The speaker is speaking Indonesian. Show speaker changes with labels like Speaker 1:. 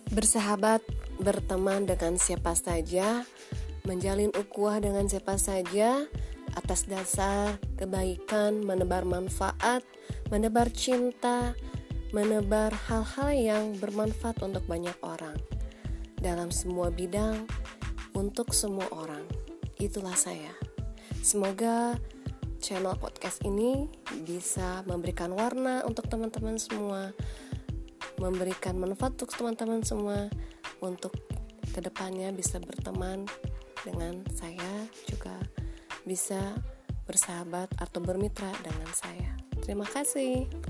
Speaker 1: Bersahabat, berteman dengan siapa saja, menjalin ukhuwah dengan siapa saja, atas dasar kebaikan, menebar manfaat, menebar cinta, menebar hal-hal yang bermanfaat untuk banyak orang, dalam semua bidang, untuk semua orang. Itulah saya. Semoga channel podcast ini bisa memberikan warna untuk teman-teman semua, memberikan manfaat untuk teman-teman semua, untuk kedepannya bisa berteman dengan saya, juga bisa bersahabat atau bermitra dengan saya. Terima kasih.